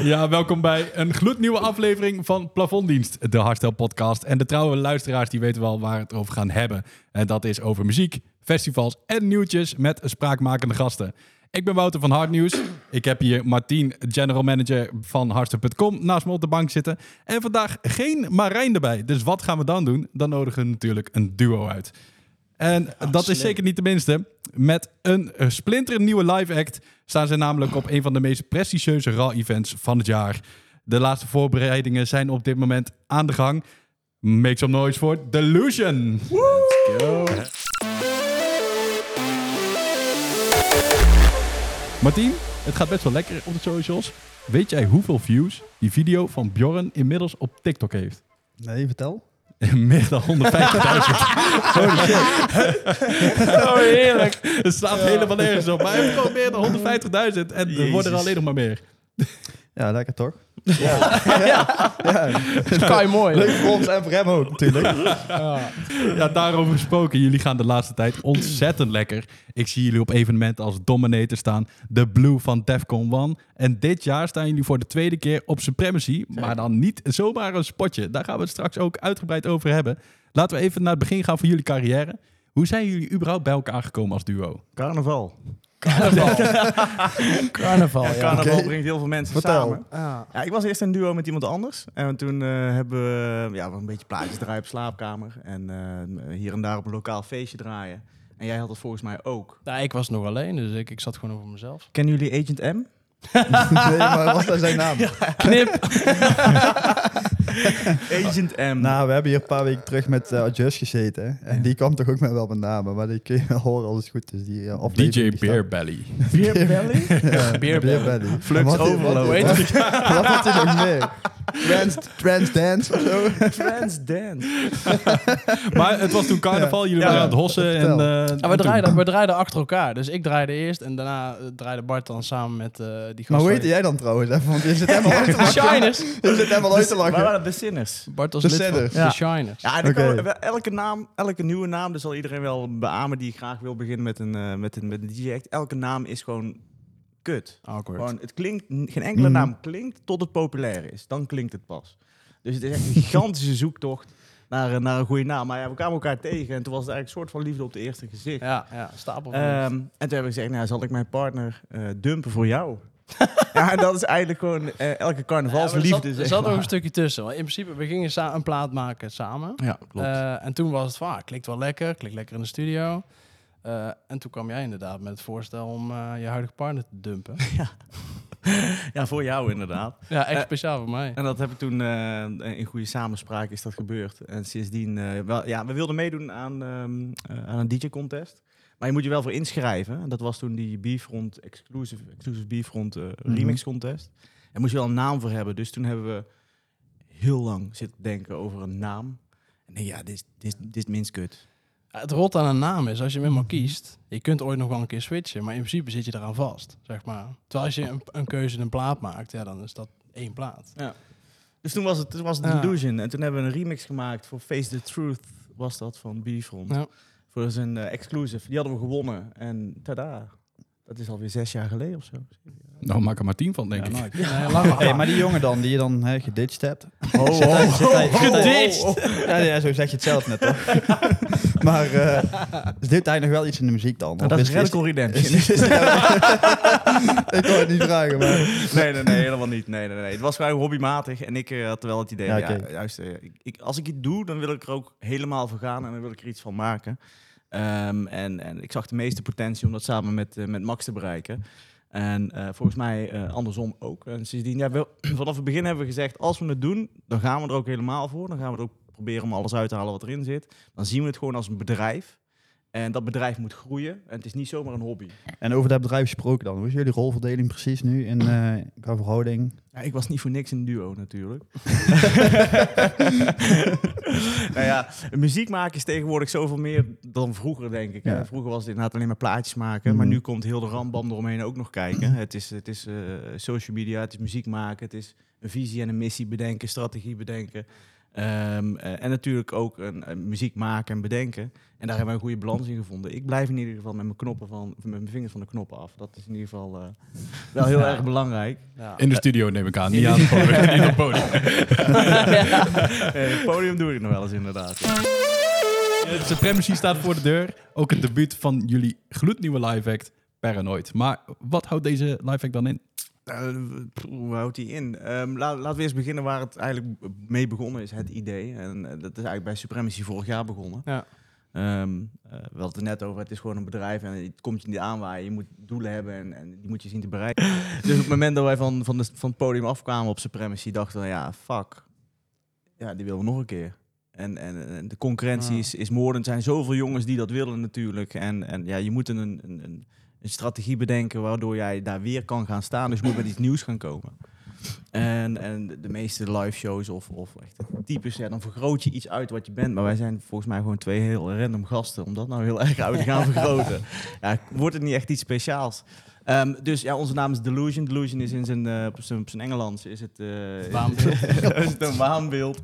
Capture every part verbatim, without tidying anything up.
Ja, welkom bij een gloednieuwe aflevering van Plafonddienst, de Hardstyle podcast. En de trouwe luisteraars die weten wel waar we het over gaan hebben. En dat is over muziek, festivals en nieuwtjes met spraakmakende gasten. Ik ben Wouter van Hardnieuws. Ik heb hier Martien, general manager van hardstyle punt com, naast me op de bank zitten. En vandaag geen Marijn erbij. Dus wat gaan we dan doen? Dan nodigen we natuurlijk een duo uit. En oh, dat slim. Is zeker niet de minste. Met een splinternieuwe live act staan ze namelijk op een van de meest prestigieuze RAW-events van het jaar. De laatste voorbereidingen zijn op dit moment aan de gang. Make some noise voor Delusion. Let's go. Martien, het gaat best wel lekker op de socials. Weet jij hoeveel views die video van Bjorn inmiddels op TikTok heeft? Nee, vertel. Meer dan honderdvijftigduizend. Holy shit. Oh, heerlijk. Het staat ja. helemaal nergens op. Maar hij heeft gewoon meer dan honderdvijftigduizend. En er worden er alleen nog maar meer. Ja, lekker toch? Ja. ja. ja. Dat kan je mooi. Leuk voor ons en voor hem ook natuurlijk. Ja. ja, daarover gesproken. Jullie gaan de laatste tijd ontzettend lekker. Ik zie jullie op evenementen als Dominator staan. De Blue van Defcon one. En dit jaar staan jullie voor de tweede keer op Supremacy. Maar dan niet zomaar een spotje. Daar gaan we het straks ook uitgebreid over hebben. Laten we even naar het begin gaan van jullie carrière. Hoe zijn jullie überhaupt bij elkaar gekomen als duo? Carnaval. Carnaval. Carnaval, ja. Carnaval okay. brengt heel veel mensen Vertel. samen. Ah. Ja, ik was eerst in een duo met iemand anders. En toen uh, hebben we ja, een beetje plaatjes draaien op slaapkamer. En uh, hier en daar op een lokaal feestje draaien. En jij had het volgens mij ook. Ja, ik was nog alleen, dus ik, ik zat gewoon over mezelf. Kennen jullie Agent M? Nee, maar wat was zijn naam? Ja. Knip. Agent M. Nou, we hebben hier een paar weken terug met uh, Adjust gezeten. En ja. die kwam toch ook met wel met namen. Maar die kun je wel horen als het goed is. Die, uh, D J Beerbelly. Beerbelly? Ja, Beerbelly. Flux Overload. Wat, wat, wat had hij nog meer? Trans, trans Dance of zo? Trans Dance. Maar het was toen carnaval. Jullie ja. waren aan het hossen. En, uh, ja, we, draaiden, we draaiden achter elkaar. Dus ik draaide eerst en daarna draaide Bart dan samen met uh, die gasten. Maar hoe heette jij dan trouwens? Want je zit helemaal uit te lachen. De Shiners. Je zit helemaal uit te lachen. Waar waren de Sinners? Bart was de lid Sinners. van Ja. de Shiners. Ja, en okay. we, elke naam, elke nieuwe naam, dus zal iedereen wel beamen die graag wil beginnen met een, uh, met een, met een D J-act. Elke naam is gewoon kut. Awkward. Gewoon, het klinkt, geen enkele mm. naam klinkt tot het populair is. Dan klinkt het pas. Dus het is echt een gigantische zoektocht naar, naar een goede naam. Maar ja, we kwamen elkaar tegen en toen was het eigenlijk een soort van liefde op de eerste gezicht. Ja, ja, stapel van um, En toen hebben we gezegd, nou, zal ik mijn partner uh, dumpen voor jou? Ja, en dat is eigenlijk gewoon uh, elke carnavalsliefde. Ja, er zat, zat nog een stukje tussen. Want in principe, we gingen sa- een plaat maken samen. Ja, klopt. Uh, en toen was het van, ah, klikt wel lekker, klikt lekker in de studio. Uh, en toen kwam jij inderdaad met het voorstel om uh, je huidige partner te dumpen. Ja. Ja, voor jou inderdaad. Ja, echt uh, speciaal voor mij. En dat heb ik toen uh, in goede samenspraak is dat gebeurd. En sindsdien, uh, wel, ja, we wilden meedoen aan, um, uh, aan een D J-contest. Maar je moet je wel voor inschrijven. En dat was toen die B-Front Exclusive, exclusive B-Front uh, mm-hmm. Remix Contest. En moest je wel een naam voor hebben. Dus toen hebben we heel lang zitten denken over een naam. En nee, ja, dit is, dit, dit is minst kut. Ja, het rot aan een naam is, als je hem eenmaal kiest, je kunt ooit nog wel een keer switchen, maar in principe zit je eraan vast, zeg maar. Terwijl als je een, een keuze in een plaat maakt, ja, dan is dat één plaat. Ja. Dus toen was het, toen was het ja. Delusion. En toen hebben we een remix gemaakt voor Face the Truth, was dat, van B-Front. Ja. Voor zijn uh, exclusive. Die hadden we gewonnen. En tada, dat is alweer zes jaar geleden of zo. Nou, maak er maar tien van, denk ja, ik. Nou, ja, lang hey, maar die jongen dan, die je dan he, geditcht hebt. Oh, oh, oh, zit hij, oh, zit hij, geditcht? Oh, oh. Ja, ja, zo zeg je het zelf net, toch? Maar uh, dus doet hij nog wel iets in de muziek dan? Nou, dat is Radical Redemption. Ik kan het niet vragen, maar... Nee, nee, nee, helemaal niet. Nee, nee, nee. Het was gewoon hobbymatig en ik uh, had wel het idee, ja, okay. ja, juist, uh, ik, ik, als ik iets doe, dan wil ik er ook helemaal voor gaan en dan wil ik er iets van maken. Um, en, en ik zag de meeste potentie om dat samen met, uh, met Max te bereiken. En uh, volgens mij uh, andersom ook. En sindsdien, ja, we, vanaf het begin hebben we gezegd, als we het doen, dan gaan we er ook helemaal voor. Dan gaan we er ook proberen om alles uit te halen wat erin zit. Dan zien we het gewoon als een bedrijf. En dat bedrijf moet groeien. En het is niet zomaar een hobby. En over dat bedrijf gesproken dan. Hoe is jullie rolverdeling precies nu in uh, qua verhouding? Ja, ik was niet voor niks in een duo natuurlijk. Nou ja, muziek maken is tegenwoordig zoveel meer dan vroeger, denk ik. Ja. Vroeger was het inderdaad alleen maar plaatjes maken. Mm. Maar nu komt heel de rambam eromheen ook nog kijken. Het is, het is uh, social media, het is muziek maken. Het is een visie en een missie bedenken, strategie bedenken. Um, uh, en natuurlijk ook een, een muziek maken en bedenken. En daar hebben we een goede balans in gevonden. Ik blijf in ieder geval met mijn knoppen van, met mijn vingers van de knoppen af. Dat is in ieder geval uh, wel heel ja. erg belangrijk. Ja. In de studio neem ik aan, niet aan het podium. Niet op het podium. ja. Nee, het podium doe ik nog wel eens inderdaad. Ja. De Supremacy staat voor de deur. Ook het debuut van jullie gloednieuwe live act, Paranoid. Maar wat houdt deze live act dan in? Uh, hoe houdt die in? Um, laat, laten we eens beginnen waar het eigenlijk mee begonnen is, het idee. En uh, dat is eigenlijk bij Supremacy vorig jaar begonnen. Ja. Um, uh, we hadden het er net over, het is gewoon een bedrijf en het komt je niet aanwaaien. Je moet doelen hebben en, en die moet je zien te bereiken. Dus op het moment dat wij van, van, de, van het podium afkwamen op Supremacy, dachten we, ja, fuck. Ja, die willen we nog een keer. En, en, en de concurrentie is, is moordend. Er zijn zoveel jongens die dat willen natuurlijk. En, en ja, je moet een, een, een, een strategie bedenken waardoor jij daar weer kan gaan staan. Dus je moet met iets nieuws gaan komen. En, en de meeste live shows of, of echt types, ja, dan vergroot je iets uit wat je bent. Maar wij zijn volgens mij gewoon twee heel random gasten. Om dat nou heel erg uit te gaan vergroten. Ja, wordt het niet echt iets speciaals. Um, dus ja, onze naam is Delusion. Delusion is in zijn, uh, op zijn, op zijn Engelands is het, uh, waanbeeld. is het een waanbeeld.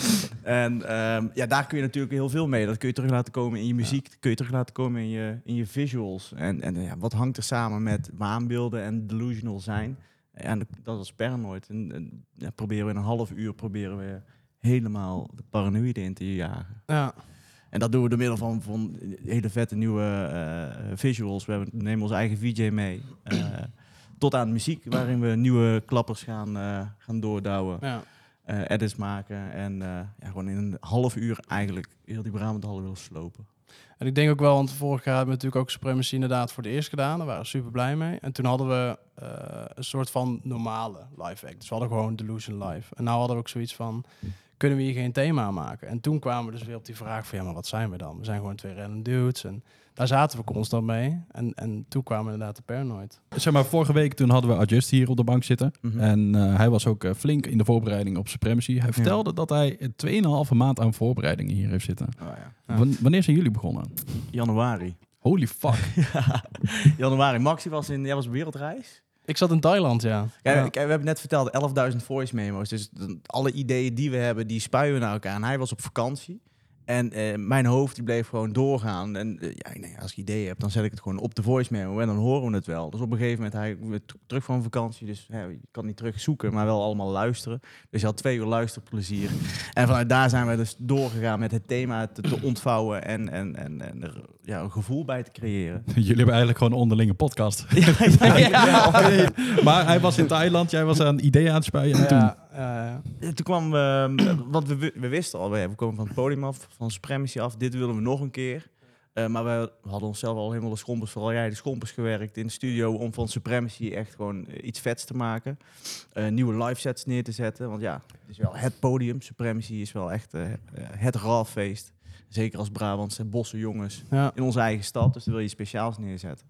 En um, ja, daar kun je natuurlijk heel veel mee. Dat kun je terug laten komen in je muziek. Dat kun je terug laten komen in je, in je visuals. En, en ja, wat hangt er samen met waanbeelden en delusional zijn? Ja, dat was Paranoid. En, en ja, proberen we in een half uur proberen we helemaal de paranoïde in te jagen. Ja. En dat doen we door middel van, van hele vette nieuwe uh, visuals. We, hebben, we nemen onze eigen V J mee. Uh, tot aan muziek, waarin we nieuwe klappers gaan, uh, gaan doordouwen. Ja. Uh, edits maken. En uh, ja, gewoon in een half uur eigenlijk heel die Brabanthal willen slopen. En ik denk ook wel, want vorig jaar hebben we natuurlijk ook Supremacy inderdaad voor de eerst gedaan. Daar waren we super blij mee. En toen hadden we uh, een soort van normale live act. Dus we hadden gewoon Delusion live. En nou hadden we ook zoiets van, kunnen we hier geen thema maken? En toen kwamen we dus weer op die vraag van, ja, maar wat zijn we dan? We zijn gewoon twee random dudes. En daar zaten we constant mee. En, en toen kwamen we inderdaad de Paranoid. Zeg maar, vorige week toen hadden we Adjust hier op de bank zitten. Mm-hmm. En uh, hij was ook uh, flink in de voorbereiding op Supremacy. Hij vertelde ja. dat hij twee en een halve maand aan voorbereidingen hier heeft zitten. Oh, ja. Ja. W- wanneer zijn jullie begonnen? Januari. Holy fuck. ja, januari. Maxi was in, jij was op wereldreis. Ik zat in Thailand, ja. ja, ja. We hebben net verteld, elfduizend voice memo's. Dus alle ideeën die we hebben, die spuien we naar elkaar. En hij was op vakantie. En uh, mijn hoofd die bleef gewoon doorgaan. En uh, ja, nee, als ik ideeën heb, dan zet ik het gewoon op de voice memo. En dan horen we het wel. Dus op een gegeven moment, hij weer t- terug van vakantie. Dus ja, je kan niet terug zoeken, maar wel allemaal luisteren. Dus je had twee uur luisterplezier. En vanuit daar zijn we dus doorgegaan met het thema te, te ontvouwen. En, en, en, en er ja, een gevoel bij te creëren. Jullie hebben eigenlijk gewoon een onderlinge podcast. ja, ja, ja. ja. Maar hij was in Thailand, jij was aan ideeën aan het spuien. En ja. toen... Uh, ja. Toen kwam, uh, want we, we wisten al, we komen van het podium af, van Supremacy af, dit willen we nog een keer. Uh, maar we hadden onszelf al helemaal de schompers, vooral jij de schompers gewerkt in de studio om van Supremacy echt gewoon uh, iets vets te maken. Uh, nieuwe live sets neer te zetten, want ja, het is wel het podium. Supremacy is wel echt uh, het raffeest. Zeker als Brabantse bosse jongens ja. in onze eigen stad, dus daar wil je speciaals neerzetten.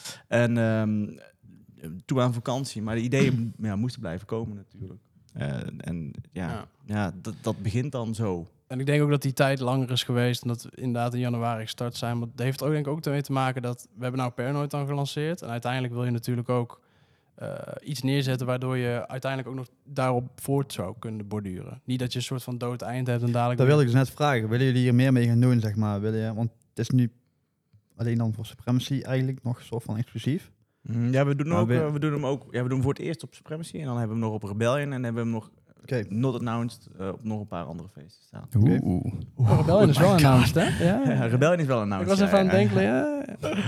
En um, toen aan vakantie, maar de ideeën ja, moesten blijven komen natuurlijk. Uh, en ja, ja. ja dat, dat begint dan zo. En ik denk ook dat die tijd langer is geweest en dat we inderdaad in januari gestart zijn. Maar dat heeft ook denk ik ook mee te maken dat we hebben nou Paranoid dan gelanceerd. En uiteindelijk wil je natuurlijk ook uh, iets neerzetten waardoor je uiteindelijk ook nog daarop voort zou kunnen borduren. Niet dat je een soort van dood eind hebt en dadelijk... Dat wilde ik dus net vragen. Willen jullie hier meer mee gaan doen, zeg maar? Wil je, want het is nu alleen dan voor Supremacy eigenlijk nog een soort van exclusief. Ja, we doen, ook, we, we doen hem ook. Ja, we doen hem voor het eerst op Supremacy en dan hebben we hem nog op Rebellion en hebben we hem nog okay. not announced uh, op nog een paar andere feesten staan. Oeh. Okay. Oh, Rebellion is wel announced, hè? Ja, ja, Rebellion is wel announced. Ik was even ja, aan het denken, ja.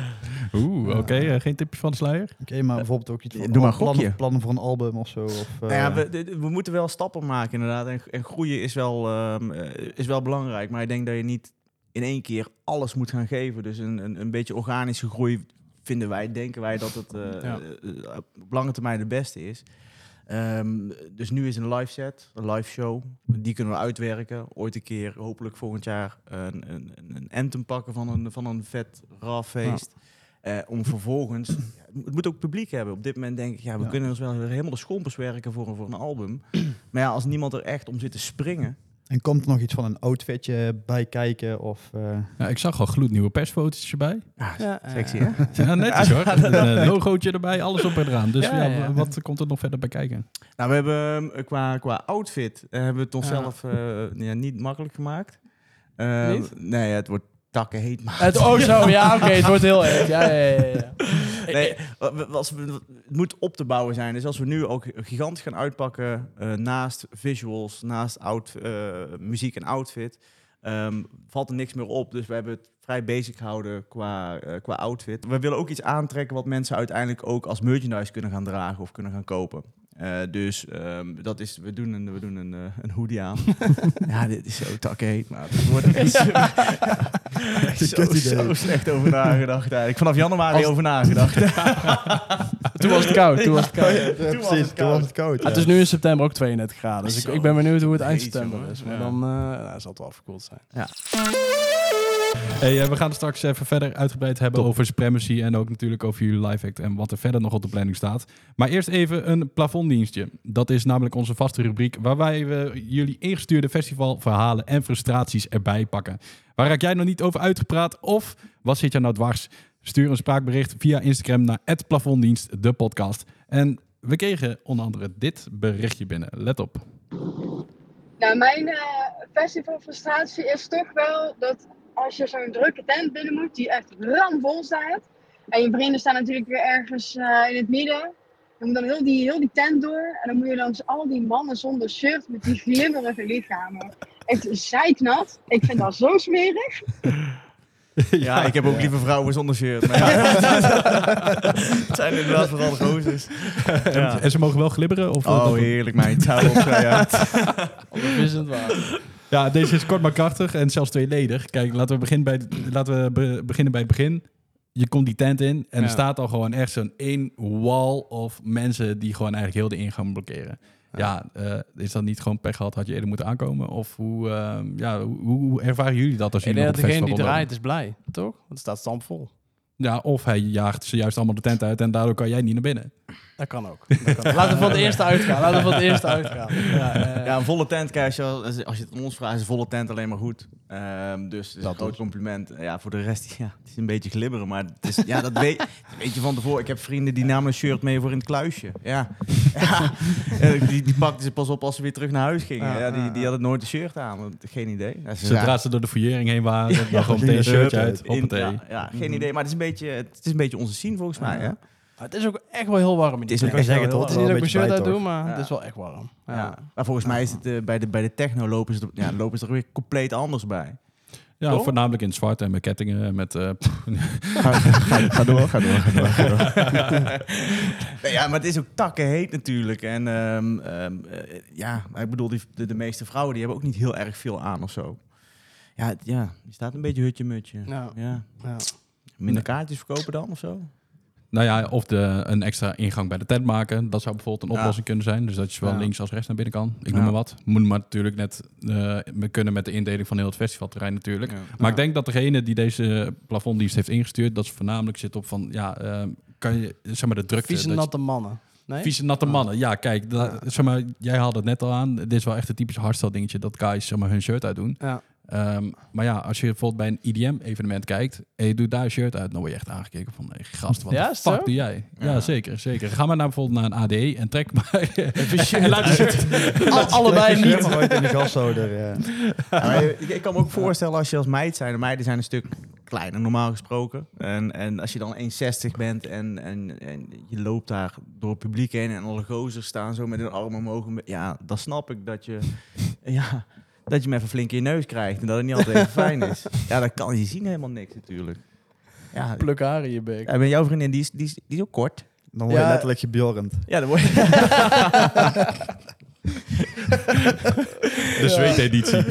Oeh, oké. Okay. Uh, geen tipje van de sluier? Oké, okay, maar bijvoorbeeld ook iets van Doe maar plannen, plannen voor een album of zo. Of, uh... nou ja, we, de, we moeten wel stappen maken inderdaad. En, en groeien is wel, um, uh, is wel belangrijk, maar ik denk dat je niet in één keer alles moet gaan geven. Dus een, een, een beetje organische groei vinden wij, denken wij dat het uh, ja. uh, op lange termijn de beste is. Um, dus nu is een live set, een live show. Die kunnen we uitwerken. Ooit een keer, hopelijk volgend jaar, een, een, een anthem pakken van een, van een vet raw feest. Ja. Uh, om vervolgens... ja, het moet ook publiek hebben. Op dit moment denk ik, ja, we ja. kunnen ons wel helemaal de schompers werken voor, voor een album. Maar ja, als niemand er echt om zit te springen... En komt er nog iets van een outfitje bij kijken? Of, uh... ja, ik zag al gloednieuwe persfoto's erbij. Ja, ja, sexy hè? Ja, netjes hoor. Een logootje erbij, alles op en eraan. Dus ja, ja, ja. wat komt er nog verder bij kijken? Nou, we hebben uh, qua, qua outfit uh, hebben we het onszelf uh, ja, niet makkelijk gemaakt. Uh, niet? Nee, het wordt takken heet. Maar het, oh zo, ja oké, okay, het wordt heel heet. Ja, ja, ja, ja. Nee, als we, het moet op te bouwen zijn. Dus als we nu ook gigantisch gaan uitpakken uh, naast visuals, naast out, uh, muziek en outfit, um, valt er niks meer op. Dus we hebben het vrij basic gehouden qua, uh, qua outfit. We willen ook iets aantrekken wat mensen uiteindelijk ook als merchandise kunnen gaan dragen of kunnen gaan kopen. Uh, dus um, dat is, we doen een, we doen een, uh, een hoodie aan. Ja, dit is zo takheet, maar het wordt er iets, zo, zo slecht over nagedacht eigenlijk. Vanaf januari als... over nagedacht. Toen was het koud. Toen was het koud. Ja, ja, ja, precies, toen was het koud. Ja. Het is nu in september ook tweeëndertig graden. Dus ik, ik ben benieuwd hoe het eind Jeetje, september man. is. Maar Ja. dan uh, nou, zal het wel verkoeld zijn. Ja. Hey, uh, we gaan het straks even verder uitgebreid hebben Top. over Supremacy en ook natuurlijk over jullie live act en wat er verder nog op de planning staat. Maar eerst even een plafonddienstje. Dat is namelijk onze vaste rubriek waarbij we jullie ingestuurde festivalverhalen en frustraties erbij pakken. Waar raak jij nog niet over uitgepraat of wat zit jou nou dwars? Stuur een spraakbericht via Instagram naar at plafonddienst, de podcast. En we kregen onder andere dit berichtje binnen. Let op. Nou, mijn uh, festivalfrustratie is toch wel dat als je zo'n drukke tent binnen moet, die echt ramvol staat. En je vrienden staan natuurlijk weer ergens uh, in het midden. Dan moet dan heel die, heel die tent door. En dan moet je langs al die mannen zonder shirt met die glimmerige lichamen. Echt zijknat. Ik vind dat zo smerig. Ja, ik heb ook liever vrouwen zonder shirt. Maar ja. Het zijn inderdaad vooral de gozers. Ja. En ze mogen wel glibberen? Of oh, heerlijk meid. Hou op, vrij uit. Onbevissend waar. Ja, deze is kort maar krachtig en zelfs tweeledig. Kijk, laten we, beginnen bij, laten we be- beginnen bij het begin. Je komt die tent in en ja. er staat al gewoon echt zo'n één wall of mensen die gewoon eigenlijk heel de ingang blokkeren. Ja, ja uh, is dat niet gewoon pech gehad? Had je eerder moeten aankomen? Of hoe, uh, ja, hoe, hoe ervaren jullie dat als jullie op het festival degene die rondlopen? draait is blij, toch? Want het staat stampvol. Ja, of hij jaagt ze juist allemaal de tent uit en daardoor kan jij niet naar binnen. Dat kan ook. Dat kan. Laten we van het eerste uitgaan. Laten we van het eerste uitgaan. Ja, uh, ja een volle tent krijg je, als, als je het aan ons vraagt, is een volle tent alleen maar goed. Um, dus het is een groot compliment. Ja, voor de rest, ja, het is een beetje glibberen, maar het is, ja, dat weet, dat weet je van tevoren. Ik heb vrienden die namen een shirt mee voor in het kluisje. Ja, ja. Die, die pakten ze pas op als ze weer terug naar huis gingen. Ja, ja, die, die hadden nooit een shirt aan. Geen idee. Ja, ze Zodra ze door de fouillering heen waren, ja, dan gewoon meteen een shirtje uit. In, ja, ja, geen idee. Maar het is een beetje, het is een beetje onze scene volgens mij. Hè? Maar het is ook echt wel heel warm. Het is, ook echt zeggen, wel het is niet dat ik mijn shirt uit bij, doe, maar ja. het is wel echt warm. Ja. Ja. Maar volgens mij is het uh, bij, de, bij de techno lopen ze, er, ja, lopen ze er weer compleet anders bij. Ja, Toch? Voornamelijk in het zwart en met kettingen. Met, uh, ga, ga, ga door, ga door, ga door. Ga door. Nee, ja, maar het is ook takken heet natuurlijk. En um, um, uh, ja, ik bedoel, die, de, de meeste vrouwen die hebben ook niet heel erg veel aan of zo. Ja, het, ja je staat een beetje hutje-mutje. Ja. Ja. Ja. Minder kaartjes verkopen dan of zo? Nou ja, of de, een extra ingang bij de tent maken. Dat zou bijvoorbeeld een oplossing ja. kunnen zijn. Dus dat je zowel ja. links als rechts naar binnen kan. Ik noem ja. maar wat. Moet maar natuurlijk net uh, kunnen met de indeling van heel het festivalterrein natuurlijk. Ja. Maar ja. ik denk dat degene die deze plafonddienst heeft ingestuurd, dat ze voornamelijk zit op van, ja, uh, kan je, zeg maar de drukte. Vieze natte mannen. Nee? Vieze natte mannen. Ja, kijk, da, ja. zeg maar, jij haalde het net al aan. Dit is wel echt een typisch hardstyle dingetje dat guys zeg maar, hun shirt uitdoen. Ja. Um, maar ja, als je bijvoorbeeld bij een I D M-evenement kijkt en je doet daar een shirt uit, dan word je echt aangekeken van, nee, gast, wat ja, de fuck zo? doe jij? Ja, ja, zeker, zeker. Ga maar naar bijvoorbeeld naar een A D E en trek maar en laat je shirt. Al, allebei niet. Maar ooit in de gashouder, ja. Ja, maar ik, ik kan me ook voorstellen als je als meid zijn, de meiden zijn een stuk kleiner normaal gesproken. En, en als je dan één zestig bent en, en, en je loopt daar door het publiek heen en alle gozers staan zo met hun armen omhoog. Ja, dan snap ik dat je... Ja, dat je hem even flink in je neus krijgt en dat het niet altijd even fijn is. Ja, dat kan je zien helemaal niks natuurlijk. Ja, pluk haar in je bek. Ja, ben jouw vriendin, die is, die, is, die is ook kort. Dan word je ja. letterlijk gebjorrend. Ja, dan word je... De zweeteditie.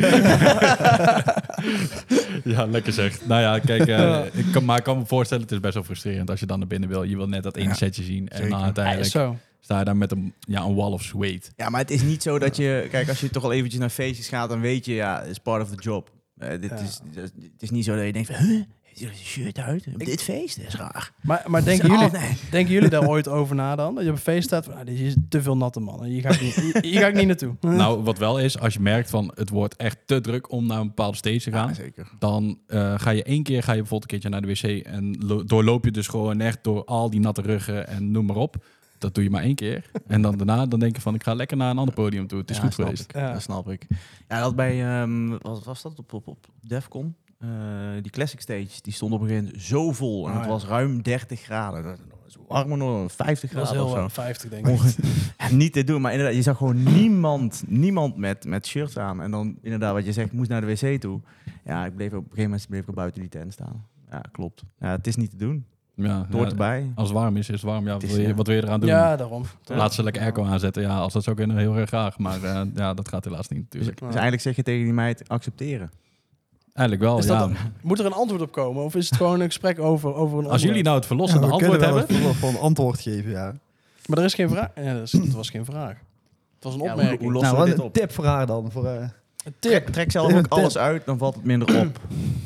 Ja, lekker zeg. Nou ja, kijk, uh, ik kan, maar ik kan me voorstellen, het is best wel frustrerend als je dan naar binnen wil. Je wil net dat ene ja, setje zien en dan uiteindelijk... Ja, zo. Sta je daar met een, ja, een wall of sweat. Ja, maar het is niet zo dat je... Kijk, als je toch al eventjes naar feestjes gaat, dan weet je, ja, it's part of the job. Uh, dit ja. is, het is niet zo dat je denkt van, huh? Ziet er een shirt uit? Op dit feest? Dat is raar. Maar, maar denken, Oh, jullie, nee. denken jullie daar ooit over na dan? Dat je op een feest staat van, ah, dit is te veel natte mannen. Hier ga ik niet, hier, hier ga ik niet naartoe. Nou, wat wel is, als je merkt van het wordt echt te druk om naar een bepaalde stage te gaan, Ja, zeker. dan uh, ga je één keer ga je bijvoorbeeld een keertje naar de wc en lo- doorloop je dus gewoon echt door al die natte ruggen en noem maar op. Dat doe je maar één keer. En dan daarna dan denk je van ik ga lekker naar een ander podium toe. Het is Ja, goed snap geweest. Ik. Ja. Dat snap ik. Ja, dat bij, um, wat was dat op, op, op Defcon? Uh, die classic stage, die stond op een gegeven moment zo vol. En Oh, het ja. was ruim dertig graden. Dat was warmer nog, vijftig Dat was graden heel of uh, zo. vijftig denk ik. Ja, niet te doen, maar inderdaad, je zag gewoon niemand, niemand met, met shirts aan. En dan inderdaad, wat je zegt, ik moest naar de wc toe. Ja, ik bleef op een gegeven moment bleef ik buiten die tent staan. Ja, klopt. Ja, het is niet te doen. Ja, Het hoort ja, erbij. als het warm is, is het warm. Ja, wat, Het is, wil je, ja. wat wil je eraan doen? Ja, daarom. Laat ze lekker airco aanzetten. Ja, als dat zou kunnen, heel erg graag. Maar uh, ja, dat gaat helaas niet Dus, natuurlijk. dus eigenlijk zeg je tegen die meid, accepteren. Eigenlijk wel, Is ja. dat dan- Moet er een antwoord op komen? Of is het gewoon een gesprek over, over een Als jullie onderwerp? nou het verlossende Ja, we antwoord kunnen hebben... wel eens voor een antwoord geven, ja. Maar er is geen vraag. Ja, dat, is, dat was geen vraag. Het was een Ja, hoe- opmerking. hoe lossen Nou, we wat dit een op? tip voor haar dan. Voor, uh, Een Trek, tip. trek zelf Even ook een tip. alles uit, dan valt het minder op.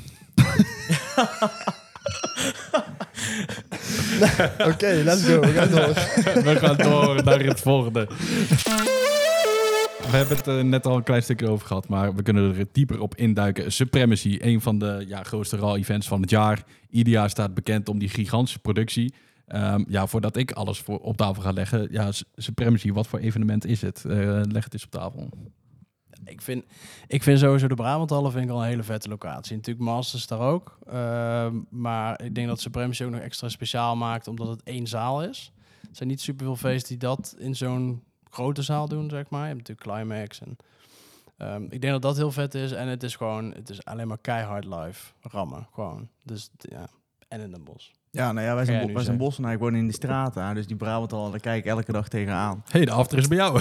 Oké, okay, let's go. We gaan door. We gaan door naar het volgende. We hebben het er net al een klein stukje over gehad, maar we kunnen er dieper op induiken. Supremacy, een van de ja, grootste RAW-events van het jaar. Ieder jaar staat bekend om die gigantische productie. Um, ja, voordat ik alles voor op tafel ga leggen. Ja, Supremacy, wat voor evenement is het? Uh, leg het eens op tafel. Ik vind, ik vind sowieso de Brabanthallen vind ik al een hele vette locatie. Natuurlijk Masters daar ook. Uh, maar ik denk dat Supremacy ook nog extra speciaal maakt, omdat het één zaal is. Er zijn niet superveel feesten die dat in zo'n grote zaal doen, zeg maar. Je hebt natuurlijk Climax. En, um, ik denk dat dat heel vet is. En het is gewoon, het is alleen maar keihard live rammen. Gewoon. Dus ja, en in Den Bosch. Ja, nou ja, wij Ga zijn, jij bo- nu wij zijn zeggen? Bossenaar, ik woon in de straten. Hè, dus die Brabantal, daar kijk ik elke dag tegenaan. Hé, hey, de after is bij jou.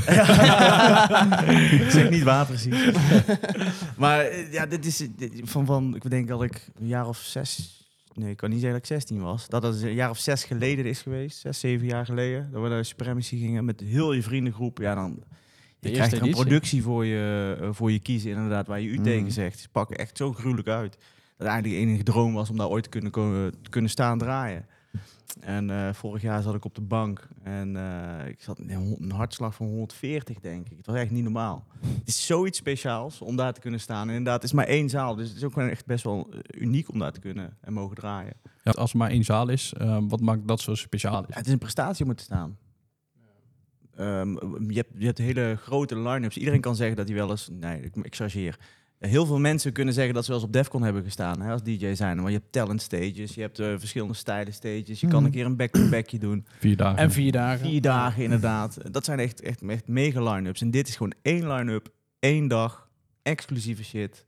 Ik zeg niet waar precies. Maar eh, ja, dit is dit, van, van, ik denk dat ik een jaar of zes, nee, ik kan niet zeggen dat ik zestien was. Dat dat een jaar of zes geleden is geweest, zes, zeven jaar geleden. Dat we naar de Supremacy gingen met heel je vriendengroep. Ja, dan je eerste krijgt er een editie. productie voor je, uh, voor je kiezen, inderdaad, waar je u Mm. tegen zegt. Ze pakken echt zo gruwelijk uit. Dat eigenlijk de enige droom was om daar ooit te kunnen, komen, te kunnen staan draaien. En uh, vorig jaar zat ik op de bank en uh, ik zat in een hartslag van honderdveertig, denk ik. Het was echt niet normaal. Het is zoiets speciaals om daar te kunnen staan. En inderdaad, het is maar één zaal, dus het is ook gewoon echt best wel uniek om daar te kunnen en mogen draaien. Ja, als er maar één zaal is, uh, wat maakt dat zo speciaal? Is? Ja, het is een prestatie om er te staan. Um, je, hebt, je hebt hele grote line-ups. Iedereen kan zeggen dat hij wel eens... Nee, ik, ik chargeer. Heel veel mensen kunnen zeggen dat ze wel eens op Defcon hebben gestaan, hè, als D J zijn. Maar je hebt talent stages, je hebt uh, verschillende stijlen stages. Je kan een keer een back-to-backje doen. Vier dagen. En vier dagen. Vier dagen, inderdaad. Dat zijn echt, echt, echt mega line-ups. En dit is gewoon één line-up, één dag, exclusieve shit.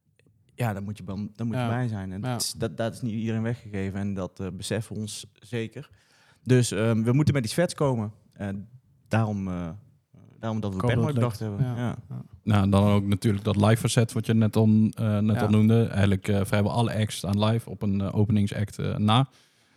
Ja, daar moet je, bij, daar moet je Ja. bij zijn. En Ja. dat, is, dat, dat is niet iedereen weggegeven en dat uh, beseffen we ons zeker. Dus um, we moeten met iets vets komen. Uh, daarom, uh, daarom dat we Ik hoop Bad dat Boy het bedacht lukt. hebben. Ja. Ja. Nou, dan ook natuurlijk dat live facet wat je net al, uh, net Ja. al noemde. Eigenlijk uh, vrijwel alle acts staan live op een uh, openingsact uh, na.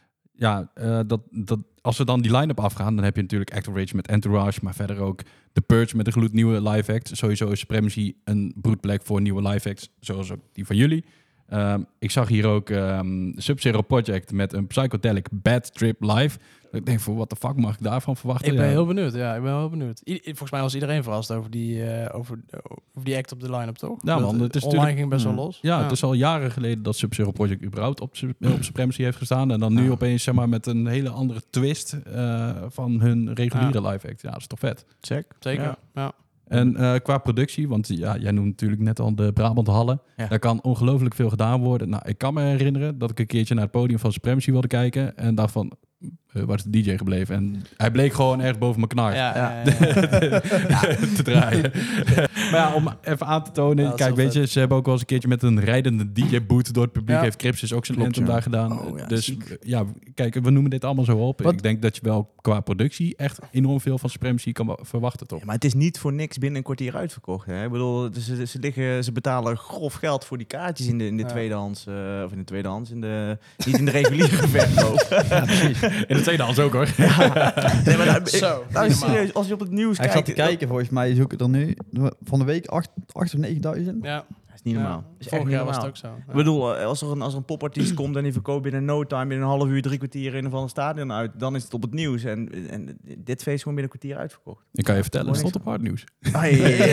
Ja, uh, dat, dat, als we dan die line-up afgaan, dan heb je natuurlijk Act of Rage met Entourage, maar verder ook The Purge met een gloednieuwe live act. Sowieso is Supremacy een broedplek voor nieuwe live acts, zoals ook die van jullie. Um, ik zag hier ook um, Sub-Zero Project met een Psychedelic Bad Trip live. Ik denk van, what the fuck mag ik daarvan verwachten? Ik ben Ja. heel benieuwd, ja. Ik ben heel benieuwd. I- volgens mij was iedereen verrast over die, uh, over, over die act op de line-up, toch? Ja, Dat, man, het is online natuurlijk- ging best wel Mm. los. Ja, het is al jaren geleden dat Sub-Zero Project überhaupt op, Su- op Supremacy heeft gestaan. En dan nu Ja. opeens zeg maar, met een hele andere twist uh, van hun reguliere live act. Ja, dat is toch vet. Check. Zeker, Ja. ja. En uh, qua productie, want ja, jij noemt natuurlijk net al de Brabanthallen. Ja. Daar kan ongelooflijk veel gedaan worden. Nou, ik kan me herinneren dat ik een keertje naar het podium van Supremacy wilde kijken. En dacht van, uh, waar is de D J gebleven? En hij bleek gewoon ergens boven mijn knar Ja, Ja. ja, ja, ja. te draaien. Maar ja, om even aan te tonen. Ja, dat is kijk, wel weet je, ze hebben ook wel eens een keertje met een rijdende D J-boot door het publiek. Ja. Heeft Cripsis ook zijn Klopt, anthem ja. daar gedaan. Oh, ja, dus ziek. ja, kijk, we noemen dit allemaal zo op. Wat- Ik denk dat je wel qua productie echt enorm veel van Supremacy kan wa- verwachten, toch? Ja, maar het is niet voor niks binnen een kwartier uitverkocht. Hè? Ik bedoel, ze, ze, liggen, ze betalen grof geld voor die kaartjes in de, in de Ja. tweedehands. Uh, of in de tweedehands, in de, niet in de reguliere verkoop. Ja, precies. In de tweedehands ook, hoor. Nee, maar nou, Zo, nou, niet serieus, als je op het nieuws Ik zat kijkt... te kijken, volgens mij zoeken er nu van de week acht of negen duizend. Ja. is niet normaal. Ja, Is echt vorig niet jaar was normaal. het ook zo. Ja. Ik bedoel, als er een, als er een popartiest komt en die verkoopt binnen no time, binnen een half uur, drie kwartier in van een stadion uit, dan is het op het nieuws. En, en dit feest gewoon binnen een kwartier uitverkocht. Ik kan je vertellen, het stond op hard nieuws. Ah, ja, ja,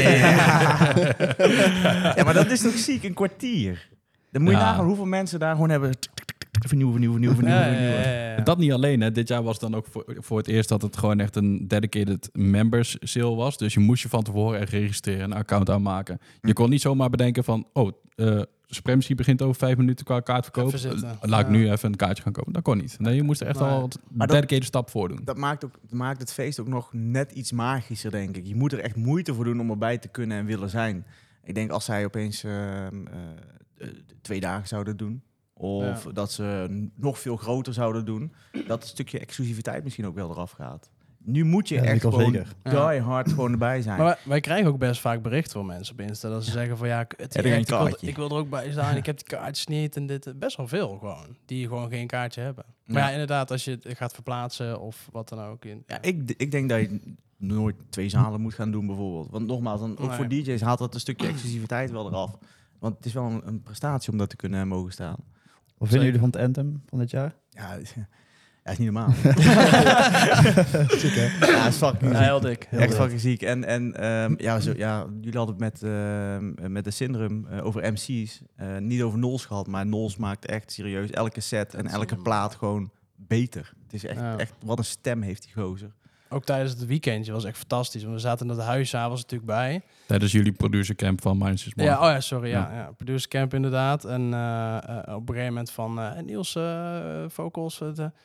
ja. Ja, maar dat is toch ziek, een kwartier. Dan moet je Ja. nagaan hoeveel mensen daar gewoon hebben vernieuwen, vernieuwen, vernieuwen, vernieuwen. Ja, ja, vernieuwen. ja, ja, ja. Dat niet alleen, hè. Dit jaar was het dan ook voor, voor het eerst dat het gewoon echt een dedicated members sale was. Dus je moest je van tevoren echt registreren, een account aanmaken. Je kon niet zomaar bedenken van, oh, uh, Supremacy begint over vijf minuten qua kaartverkoop. Even zitten. Laat ik Ja. nu even een kaartje gaan kopen. Dat kon niet. Nee, je moest er echt Nee. al een Maar dat- dedicated stap voor doen. Dat maakt, ook, dat maakt het feest ook nog net iets magischer, denk ik. Je moet er echt moeite voor doen om erbij te kunnen en willen zijn. Ik denk als zij opeens uh, uh, twee dagen zouden doen, of Ja. dat ze nog veel groter zouden doen, dat het stukje exclusiviteit misschien ook wel eraf gaat. Nu moet je Ja, dat echt weet ik wel gewoon zeker. die hard gewoon erbij zijn. Maar wij, wij krijgen ook best vaak berichten van mensen op Insta dat ze zeggen van ja, het Heb je geen ik, wil, kaartje? ik wil er ook bij staan, ik heb die kaartjes niet en dit. Best wel veel gewoon, die gewoon geen kaartje hebben. Maar Ja. ja, inderdaad, als je het gaat verplaatsen of wat dan ook. In, Ja, ik, ik denk dat je nooit twee zalen moet gaan doen bijvoorbeeld. Want nogmaals, dan, ook Nee. voor D J's haalt dat een stukje exclusiviteit wel eraf. Want het is wel een, een prestatie om dat te kunnen mogen staan. Wat vinden jullie van het Anthem van dit jaar? Ja, ja is niet normaal. Ziek, hè? Ja, is fucking Ja, ziek. heel dik. Heel Echt dik. fucking ziek. En, en ehm, ja, zo, ja, jullie hadden het met, ehm, met de Syndrome uh, over M C's. Uh, niet over Nols gehad, maar Nols maakt echt serieus elke set en elke plaat gewoon beter. Het is echt, Ja. echt wat een stem heeft die gozer. Ook tijdens het weekendje was echt fantastisch. Want we zaten in dat huis s'avonds natuurlijk bij. Tijdens jullie producercamp van Minds is Morgen. Ja, oh ja, sorry. Ja, Ja. ja. Producer Camp inderdaad. En uh, uh, op een gegeven moment van uh, Niels, uh, vocals. Uh, de,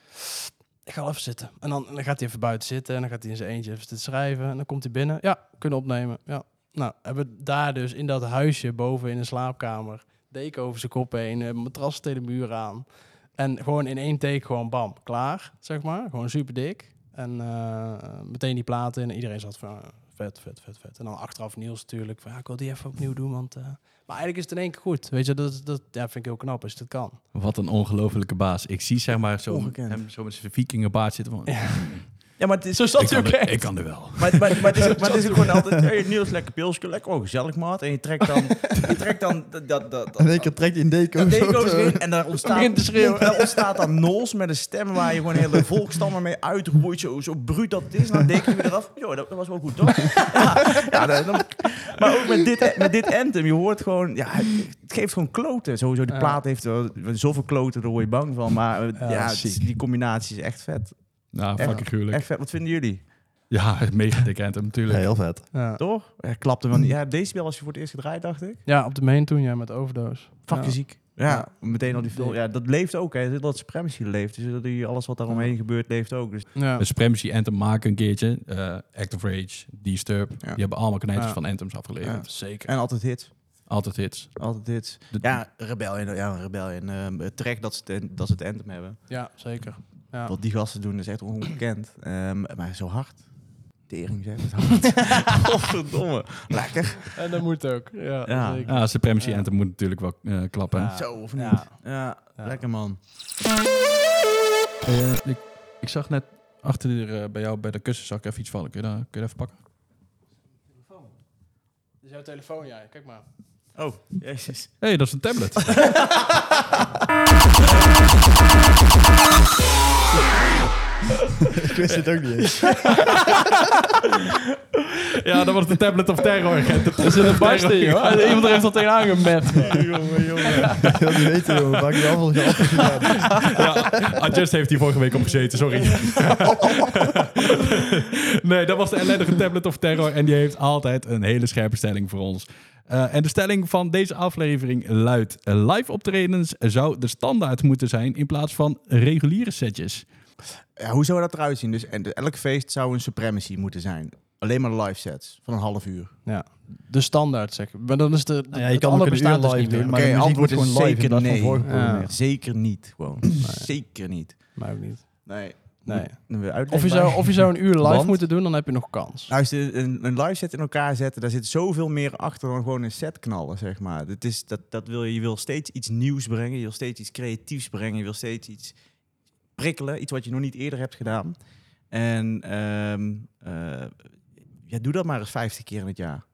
ik ga wel even zitten. En dan, dan gaat hij even buiten zitten. En dan gaat hij in zijn eentje even zitten schrijven. En dan komt hij binnen. Ja, kunnen opnemen. Ja. Nou, hebben we daar dus in dat huisje boven in de slaapkamer. Deken over zijn kop heen. Uh, matras tegen de muur aan. En gewoon in één take gewoon bam. Klaar, zeg maar. Gewoon super dik. En uh, meteen die platen in. Iedereen zat van uh, vet, vet, vet, vet. En dan achteraf Niels natuurlijk. Van, ja, ik wil die even opnieuw doen. Want, uh... Maar eigenlijk is het in één keer goed. Weet je, dat, dat ja, vind ik heel knap als je dat kan. Wat een ongelofelijke baas. Ik zie zeg maar zo, Ongekend. hem zo met zijn vikingenbaard zitten van... Ja. Ja, maar het is, Zo zat Ik hij kan, ook er, echt. ik kan er wel. Maar, maar, maar, het is, ook- maar het is ook gewoon altijd... Hey, Niels, lekker pilsje, lekker oh, gezellig, maat. En je trekt dan... Je trekt dan dat, dat, dat, In één keer trekt hij een deken. dat of zo. deco's erin en daar ontstaat, begint te schreeuwen. daar ontstaat dan Nols met een stem waar je gewoon hele volkstammen mee uitroeit. Zo, zo bruut dat het is. Dan denk je weer eraf. Joh, dat, dat was wel goed, toch? Ja, ja, dan, dan- maar ook met dit, met dit anthem. Je hoort gewoon... Ja, het, het geeft gewoon kloten. Sowieso, die Ja. plaat heeft wel zoveel kloten, daar word je bang van. Maar uh, Ja, ja, het is- ziek. die combinatie is echt vet. Nou, Echt- fucking gruwelijk. Echt vet. Wat vinden jullie? Ja, mega dik anthem Ja, natuurlijk. heel vet. Ja. Toch? Ja, klapte van... Ja, Decibel als je voor het eerst gedraaid, dacht ik. ja, op de main toen, ja, met overdose. Fucking Ja. ziek. Ja, Ja. meteen al die film. Ja, dat leeft ook, hè. Dat Supremacy leeft. Dus dat die, alles wat daaromheen gebeurt, leeft ook. Dus Ja. De Supremacy Anthem maken een keertje. Uh, Act of Rage, Disturb. Ja. Die hebben allemaal knijtjes Ja. van anthems afgeleverd. Ja. Zeker. en altijd hits. Altijd hits. Altijd hits. De- Ja, Rebellion. Ja, Rebellion. Uh, track dat ze, het, dat ze het anthem hebben. Ja, zeker. Ja. Wat die gasten doen is echt ongekend. Um, maar zo hard. Tering zeg, het hard. Godverdomme. Lekker. En dat moet ook. Ja, Ja. zeker. Ja, Supremacy Ja. Anthem moet natuurlijk wel uh, klappen. Ja. Zo, of niet? Ja. Ja, Ja. lekker man. Uh, ik, ik zag net achter de, uh, bij jou bij de kussenzak even iets vallen. Kun je, dat, kun je dat even pakken? Dit is jouw telefoon, jij. Kijk maar. Oh, jezus. Hé, hey, dat is een tablet. Ik wist het ook niet eens. Ja, dat was de tablet of terror. Dat is een barsten, hoor. Iemand er heeft al tegenaan gemapt. jongen, jongen. Ik wil niet weten, joh. Maak je allemaal grappig gedaan. Ja, Adjust heeft hier vorige week op gezeten, sorry. Nee, dat was de ellendige tablet of terror. En die heeft altijd een hele scherpe stelling voor ons. Uh, en de stelling van deze aflevering luidt... live optredens zou de standaard moeten zijn in plaats van reguliere setjes. Ja, hoe zou dat eruit zien? Dus en de- elk feest zou een Supremacy moeten zijn. Alleen maar live sets van een half uur. Ja, de standaard zeg. Maar dan is de, de Nou ja, je het kan ook andere een uur bestaat dus live niet meer. doen, maar Oké, de muziek antwoord moet is gewoon live in zeker plaats van nee. voorgeprogrammeerd. Zeker niet, gewoon. Zeker niet. Maar ook niet. Nee. Nee. Moet- Of je, zou, of je zou een uur live Want? moeten doen, dan heb je nog kans. Luister, een, een live set in elkaar zetten, daar zit zoveel meer achter dan gewoon een set knallen, zeg maar. Dat is, dat, dat wil je, je wil steeds iets nieuws brengen, je wil steeds iets creatiefs brengen, je wil steeds iets prikkelen, iets wat je nog niet eerder hebt gedaan. En um, uh, ja, doe dat maar eens vijftig keer in het jaar.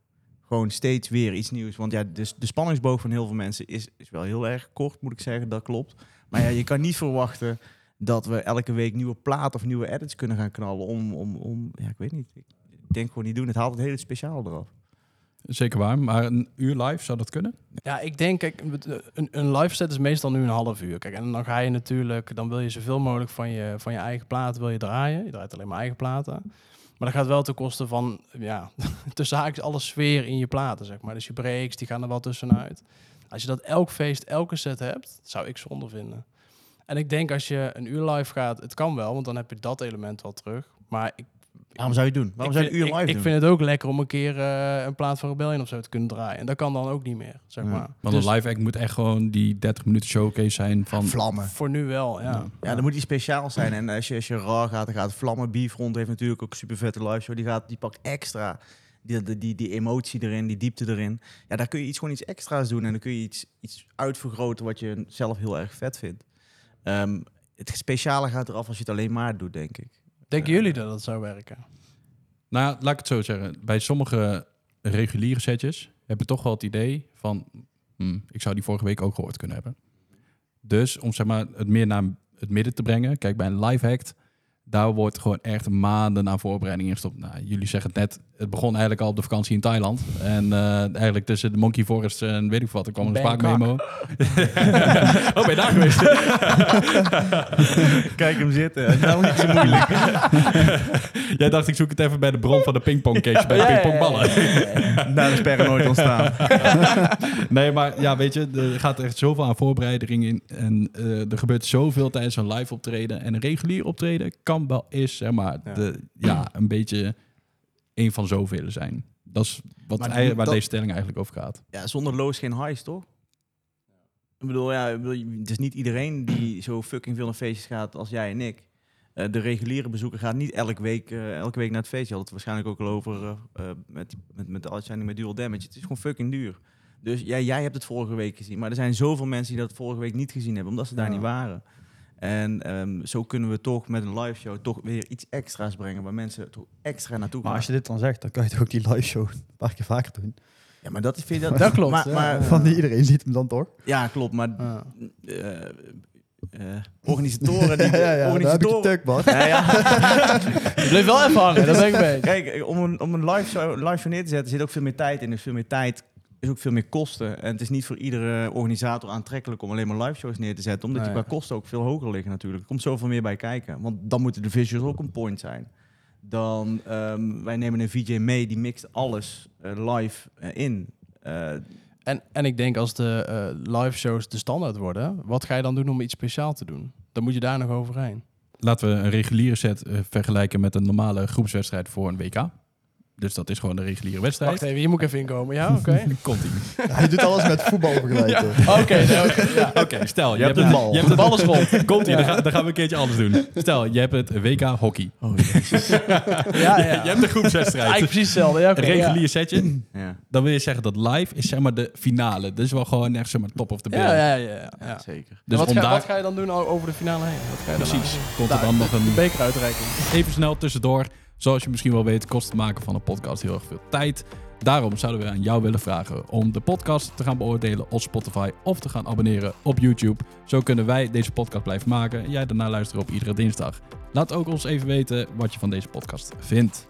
gewoon steeds weer iets nieuws. Want ja, de, de spanningsboog van heel veel mensen is, is wel heel erg kort, moet ik zeggen. Dat klopt. Maar ja, je kan niet verwachten dat we elke week nieuwe platen of nieuwe edits kunnen gaan knallen. Om, om, om ja, ik weet niet. Ik denk gewoon niet doen. Het haalt het hele speciaal eraf. Zeker waar, maar een uur live, zou dat kunnen? Ja, ik denk, kijk, een, een live set is meestal nu een half uur. Kijk, en dan ga je natuurlijk, dan wil je zoveel mogelijk van je, van je eigen platen wil je draaien. Je draait alleen maar eigen platen. Maar dat gaat wel ten koste van, ja, tussen haakjes alle sfeer in je platen, zeg maar. Dus je breaks, die gaan er wel tussenuit. Als je dat elk feest, elke set hebt, zou ik zonde vinden. En ik denk als je een uur live gaat, het kan wel, want dan heb je dat element wel terug. Maar ik Waarom zou je het doen? Waarom zou je een uur live ik, doen? Ik vind het ook lekker om een keer uh, een plaat van Rebellion of zo te kunnen draaien. En dat kan dan ook niet meer, zeg ja. maar. Want dus een live act moet echt gewoon die dertig minuten showcase zijn van... Vlammen. Voor nu wel, ja. Ja, ja, dan moet die speciaal zijn. En als je, als je raar gaat, dan gaat Vlammen. Beefront heeft natuurlijk ook een super vette live show. Die, gaat, die pakt extra die, die, die, die emotie erin, die diepte erin. Ja, daar kun je iets, gewoon iets extra's doen. En dan kun je iets, iets uitvergroten wat je zelf heel erg vet vindt. Um, het speciale gaat eraf als je het alleen maar doet, denk ik. Denken uh, jullie dat dat zou werken? Nou, laat ik het zo zeggen. Bij sommige reguliere setjes heb je toch wel het idee van... Hmm, ik zou die vorige week ook gehoord kunnen hebben. Dus om zeg maar, het meer naar het midden te brengen... Kijk, bij een live act... Daar wordt gewoon echt maanden aan voorbereiding in gestopt. Nou, jullie zeggen het net, het begon eigenlijk al op de vakantie in Thailand. En uh, eigenlijk tussen de Monkey Forest en weet ik wat, er kwam een spraakmemo. Oh, ben je daar geweest? Kijk hem zitten, het is nou niet zo moeilijk. Jij dacht, ik zoek het even bij de bron van de pingpongcase, bij de ja, pingpongballen. Ja, ja, ja. Daar is Perre nooit ontstaan. Nee, maar ja, weet je, er gaat echt zoveel aan voorbereiding in. En uh, er gebeurt zoveel tijdens een live optreden. En een regulier optreden kan wel is, zeg maar, ja. De, ja, een beetje een van zoveel zijn. Dat is wat maar eigenlijk, waar dat, deze stelling eigenlijk over gaat. Ja, zonder lows geen highs, toch? Ik bedoel, ja, het is niet iedereen die zo fucking veel naar feestjes gaat als jij en ik. Uh, de reguliere bezoeker gaat niet elke week, uh, elke week naar het feestje. Je had het waarschijnlijk ook al over uh, uh, met, met, met de uitzending met Dual Damage. Het is gewoon fucking duur. Dus ja, jij hebt het vorige week gezien. Maar er zijn zoveel mensen die dat vorige week niet gezien hebben, omdat ze daar ja. niet waren. En um, zo kunnen we toch met een live show toch weer iets extra's brengen waar mensen toch extra naartoe gaan. Maar als je dit dan zegt, dan kan je toch ook die live show een paar keer vaker doen. Ja, maar dat vind je dat, dat klopt. Maar, ja. maar, Van die, iedereen ziet hem dan toch? Ja, klopt. Maar ja. uh, uh, organisatoren die ja, ja, ja, organisatoren. Daar heb ik een tuk, man. Ja, ja. Je bleef wel even hangen, dat ben ik mee. Kijk, om een, om een live show, live show neer te zetten zit ook veel meer tijd in. Dus veel meer tijd is ook veel meer kosten. En het is niet voor iedere organisator aantrekkelijk om alleen maar live shows neer te zetten. Omdat nee. die qua kosten ook veel hoger liggen natuurlijk. Er komt zoveel meer bij kijken. Want dan moeten de visuals ook een point zijn. Dan, um, wij nemen een V J mee, die mixt alles uh, live uh, in. Uh, en, en ik denk als de uh, live shows de standaard worden, wat ga je dan doen om iets speciaal te doen? Dan moet je daar nog overheen. Laten we een reguliere set uh, vergelijken met een normale groepswedstrijd voor een W K. Dus dat is gewoon een reguliere wedstrijd. Wacht even, hier moet ik even inkomen. Ja, oké. Okay. Komt-ie. Ja, hij doet alles met voetbal vergelijken. Oké, okay, nee, okay, ja. okay, stel, je, je hebt de bal. Je hebt de bal is rond. Komt-ie, ja. dan, ga, dan gaan we een keertje anders doen. Stel, je hebt het W K hockey. Oh, jezus. ja, ja. Je, je hebt de groepswedstrijd. Eigenlijk precies hetzelfde. Ja, okay, een regulier ja. setje. Ja. Dan wil je zeggen dat live is zeg maar de finale. Dus wel gewoon echt zeg maar top of the bill. Ja, ja, ja, ja. ja zeker. Dus wat, ga, daar... wat ga je dan doen over de finale heen? Wat ga je precies. Komt nou, er dan nog een bekeruitreiking? Even snel tussendoor. Zoals je misschien wel weet, kost het maken van een podcast heel erg veel tijd. Daarom zouden we aan jou willen vragen om de podcast te gaan beoordelen op Spotify of te gaan abonneren op YouTube. Zo kunnen wij deze podcast blijven maken en jij daarna luisteren op iedere dinsdag. Laat ook ons even weten wat je van deze podcast vindt.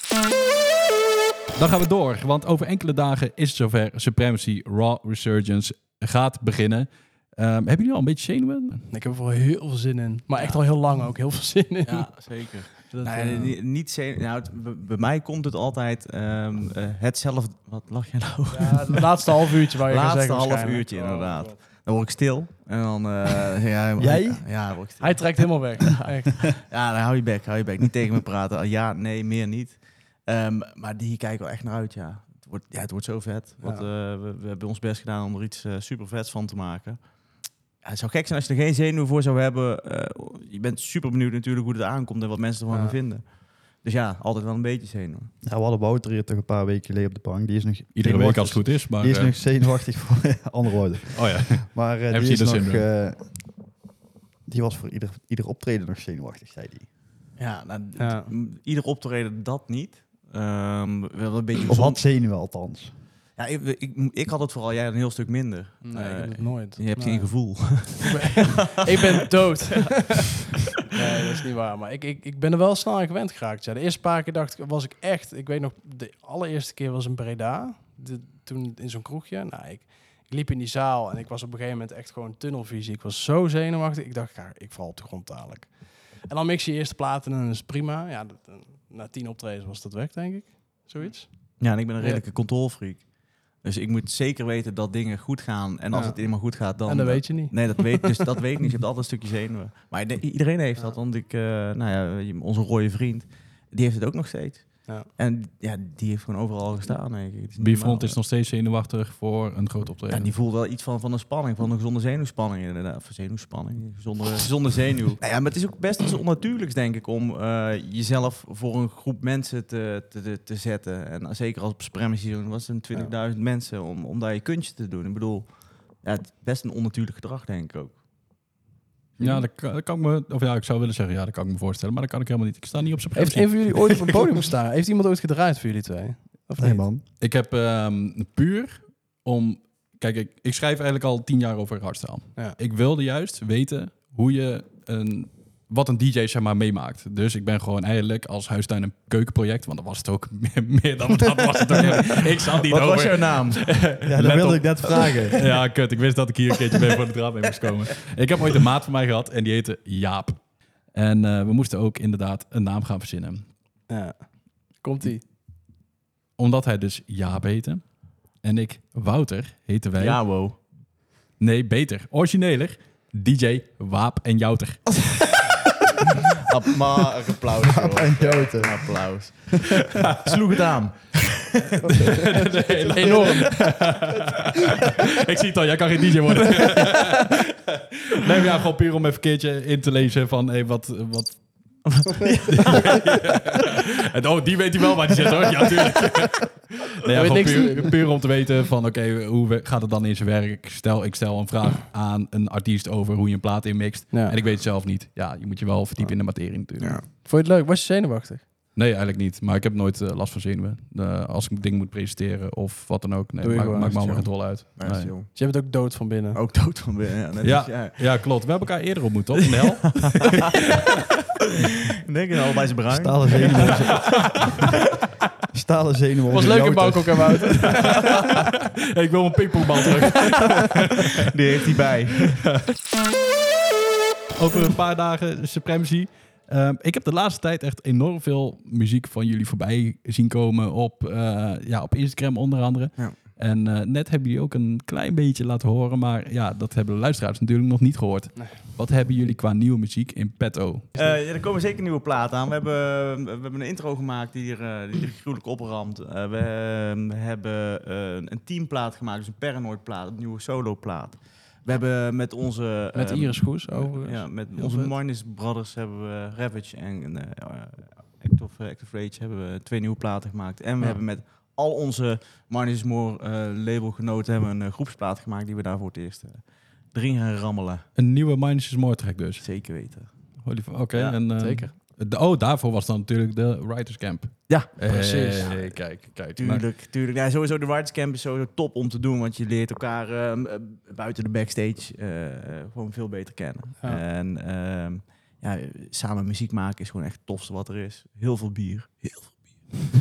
Dan gaan we door, want over enkele dagen is het zover. Supremacy Raw Resurgence gaat beginnen. Um, hebben jullie al een beetje zenuwen? Ik heb er wel heel veel zin in. Maar echt al heel lang ook heel veel zin in. Ja, zeker. Dat, nou, uh, niet, niet zenu- nou, het, bij mij komt het altijd um, uh, hetzelfde... Wat lach je nou? Ja, het laatste half uurtje waar je laatste zeggen, half uurtje, inderdaad. Oh, dan word ik stil. En dan... Uh, ja, Jij? Ja, dan word ik stil. Hij trekt helemaal weg. Echt. Ja, dan hou je bek, hou je bek. Niet tegen me praten. Ja, nee, meer niet. Um, maar die kijken wel echt naar uit, ja. Het wordt, ja, het wordt zo vet. Ja. Wat, uh, we, we hebben ons best gedaan om er iets uh, super vets van te maken. Ja, het zou gek zijn als je er geen zenuwen voor zou hebben. Uh, je bent super benieuwd natuurlijk hoe het aankomt en wat mensen ervan ja. gaan vinden. Dus ja, altijd wel een beetje zenuwen. Ja, we hadden Wouter hier toch een paar weken geleden op de bank. Die is nog iedere week als het goed is. Maar, die is uh, nog zenuwachtig voor andere woorden. Oh ja. Maar uh, die is nog... Uh, die was voor ieder, ieder optreden nog zenuwachtig, zei hij. Ja, nou, ja. ieder optreden dat niet. Um, wel een beetje of wat zenuwen althans. Ja, ik, ik, ik had het vooral, jij een heel stuk minder. Nee, Uh, ik heb het nooit. Je hebt nee. geen gevoel. Ik ben dood. Nee, dat is niet waar. Maar ik, ik, ik ben er wel snel aan gewend geraakt. Ja. De eerste paar keer dacht ik, was ik echt... Ik weet nog, de allereerste keer was in Breda. De, toen in zo'n kroegje. Nou, ik, ik liep in die zaal en ik was op een gegeven moment echt gewoon tunnelvisie. Ik was zo zenuwachtig. Ik dacht, ja, ik val op de grond dadelijk. En dan mix je eerst de platen en dan is het prima. Ja, dat, na tien optredens was dat weg, denk ik. Zoiets. Ja, en ik ben een redelijke ja. controlfreak. Dus ik moet zeker weten dat dingen goed gaan. En als ja. het eenmaal goed gaat, dan... En dat weet je niet. Nee, dat weet, dus dat weet ik niet. Je hebt altijd een stukje zenuwen. Maar de, iedereen heeft ja. dat. Want ik, uh, nou ja, onze rode vriend, die heeft het ook nog steeds. Ja. En ja, die heeft gewoon overal gestaan. Bierfront is nog steeds zenuwachtig voor een groot optreden. Ja, die voelt wel iets van, van een spanning, van een gezonde zenuwspanning inderdaad. Of zenuwspanning, gezonde, gezonde zenuw. Nou ja, maar het is ook best iets onnatuurlijks, denk ik, om uh, jezelf voor een groep mensen te, te, te zetten. En zeker als op Spremmersie was het twintigduizend ja. mensen om, om daar je kunstje te doen. Ik bedoel, ja, het is best een onnatuurlijk gedrag, denk ik ook. Ja, dat kan, dat kan ik me... Of ja, ik zou willen zeggen, ja, dat kan ik me voorstellen. Maar dat kan ik helemaal niet. Ik sta niet op zijn Heeft een van jullie ooit op een podium gestaan? Heeft iemand ooit gedraaid voor jullie twee? Of nee, man. Ik heb um, puur om... Kijk, ik, ik schrijf eigenlijk al tien jaar over hardstyle. Ja. Ik wilde juist weten hoe je een... Wat een D J, zeg maar, meemaakt. Dus ik ben gewoon eigenlijk als huistuin een keukenproject... Want dat was het ook meer dan dat was het ook. Ik zat niet Wat over. was jouw naam? Ja, dat wilde op. ik net vragen. Ja, kut. Ik wist dat ik hier een keertje mee voor de draad mee moest komen. Ik heb ooit een maat van mij gehad en die heette Jaap. En uh, we moesten ook inderdaad een naam gaan verzinnen. Ja. Komt-ie. Omdat hij dus Jaap heette. En ik Wouter heten wij. Ja, wow. Nee, beter. Origineler. D J Waap en Jouter. Maar een applaus. En Jouter. Een applaus. Sloeg het aan. nee, enorm. Ik zie het al, jij kan geen D J worden. Nee, maar ja, gewoon puur om even een keertje in te lezen van hey, wat... wat en, oh, die weet hij wel waar die zit, hoor. Ja, tuurlijk. Nee, ja, gewoon puur, puur om te weten van, oké, okay, hoe gaat het dan in zijn werk? Stel, ik stel een vraag aan een artiest over hoe je een plaat inmixt. Ja. En ik weet het zelf niet. Ja, je moet je wel verdiepen in de materie natuurlijk. Ja. Vond je het leuk? Was je zenuwachtig? Nee, eigenlijk niet. Maar ik heb nooit uh, last van zenuwen. Uh, als ik dingen moet presenteren of wat dan ook. Nee, maakt maak me allemaal geen rol uit. Nee. Dus je bent ook dood van binnen? Ook dood van binnen, ja. Net ja, ja. ja, klopt. We hebben elkaar eerder ontmoet, toch? In de hel? Ik denk dat allebei zijn bruin. Stalen zenuwen. Stalen zenuwen. Was leuk in Bangkok en Wouter. Hey, ik wil mijn pingpongbal terug. Die heeft hij bij. Over een paar dagen Supremacy. Um, ik heb de laatste tijd echt enorm veel muziek van jullie voorbij zien komen op, uh, ja, op Instagram onder andere. Ja. En uh, net hebben jullie ook een klein beetje laten horen, maar ja, dat hebben de luisteraars natuurlijk nog niet gehoord. Nee. Wat hebben jullie qua nieuwe muziek in petto? Uh, ja, er komen zeker nieuwe platen aan. We hebben, we hebben een intro gemaakt die er, uh, die er gruwelijk opramt. Uh, we uh, hebben uh, een teamplaat gemaakt, dus een Paranoid plaat, een nieuwe solo plaat. We hebben met onze... Met uh, Iris Goes, overigens. Ja, met Heel onze Minus Brothers hebben we Ravage en uh, Act of, uh, Act of Rage hebben we twee nieuwe platen gemaakt. En we ja. hebben met al onze Minus More uh, labelgenoten hebben een uh, groepsplaat gemaakt die we daar voor het eerst uh, erin gaan rammelen. Een nieuwe Minus More track dus? Zeker weten. Oké, okay, ja, uh, zeker. De, oh, daarvoor was dan natuurlijk de Writers Camp. Ja, precies. Hey, kijk, kijk. Tuurlijk, maar... tuurlijk. Ja, sowieso de Writers Camp is sowieso top om te doen, want je leert elkaar uh, buiten de backstage uh, gewoon veel beter kennen. Ja. En uh, ja, samen muziek maken is gewoon echt het tofste wat er is. Heel veel bier. Heel veel bier.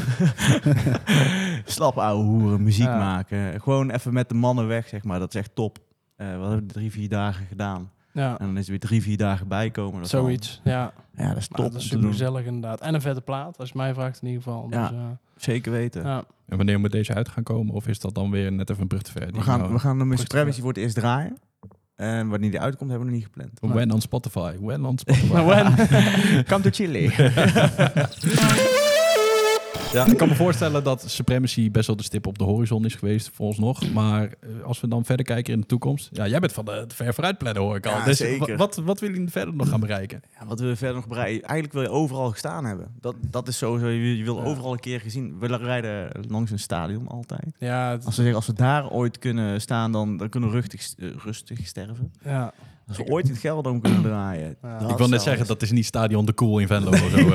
Slap ouwe hoeren, muziek ja. maken. Gewoon even met de mannen weg, zeg maar. Dat is echt top. Uh, we hebben drie, vier dagen gedaan. Ja. En dan is er weer drie, vier dagen bijkomen. Dat Zoiets, al... ja. Ja, dat is top. Maar dat is super gezellig inderdaad. En een vette plaat, als je mij vraagt in ieder geval. Ja, dus, uh, zeker weten. Ja. En wanneer moet deze uit gaan komen? Of is dat dan weer net even een brug te ver? We gaan, nou, we gaan de Supremacy voor het eerst draaien. En wanneer die uitkomt, hebben we nog niet gepland. When nee. on Spotify. When on Spotify. When? Come to Chile. Ja, ik kan me voorstellen dat Supremacy best wel de stip op de horizon is geweest voor ons nog. Maar uh, als we dan verder kijken in de toekomst. Ja, jij bent van de, de ver vooruit plannen, hoor ik al. Ja, dus zeker. Wat, wat wil je verder nog gaan bereiken? Ja, wat willen we verder nog bereiken? Eigenlijk wil je overal gestaan hebben. Dat, dat is sowieso, je, je wil ja. overal een keer gezien. We rijden langs een stadion altijd. Ja, het... als, we zeggen, als we daar ooit kunnen staan, dan, dan kunnen we rustig, uh, rustig sterven. Ja. Als we ooit in het Gelderdoom kunnen draaien. Ja. Ik wil net zeggen, dat is niet Stadion de Cool in Venlo of zo.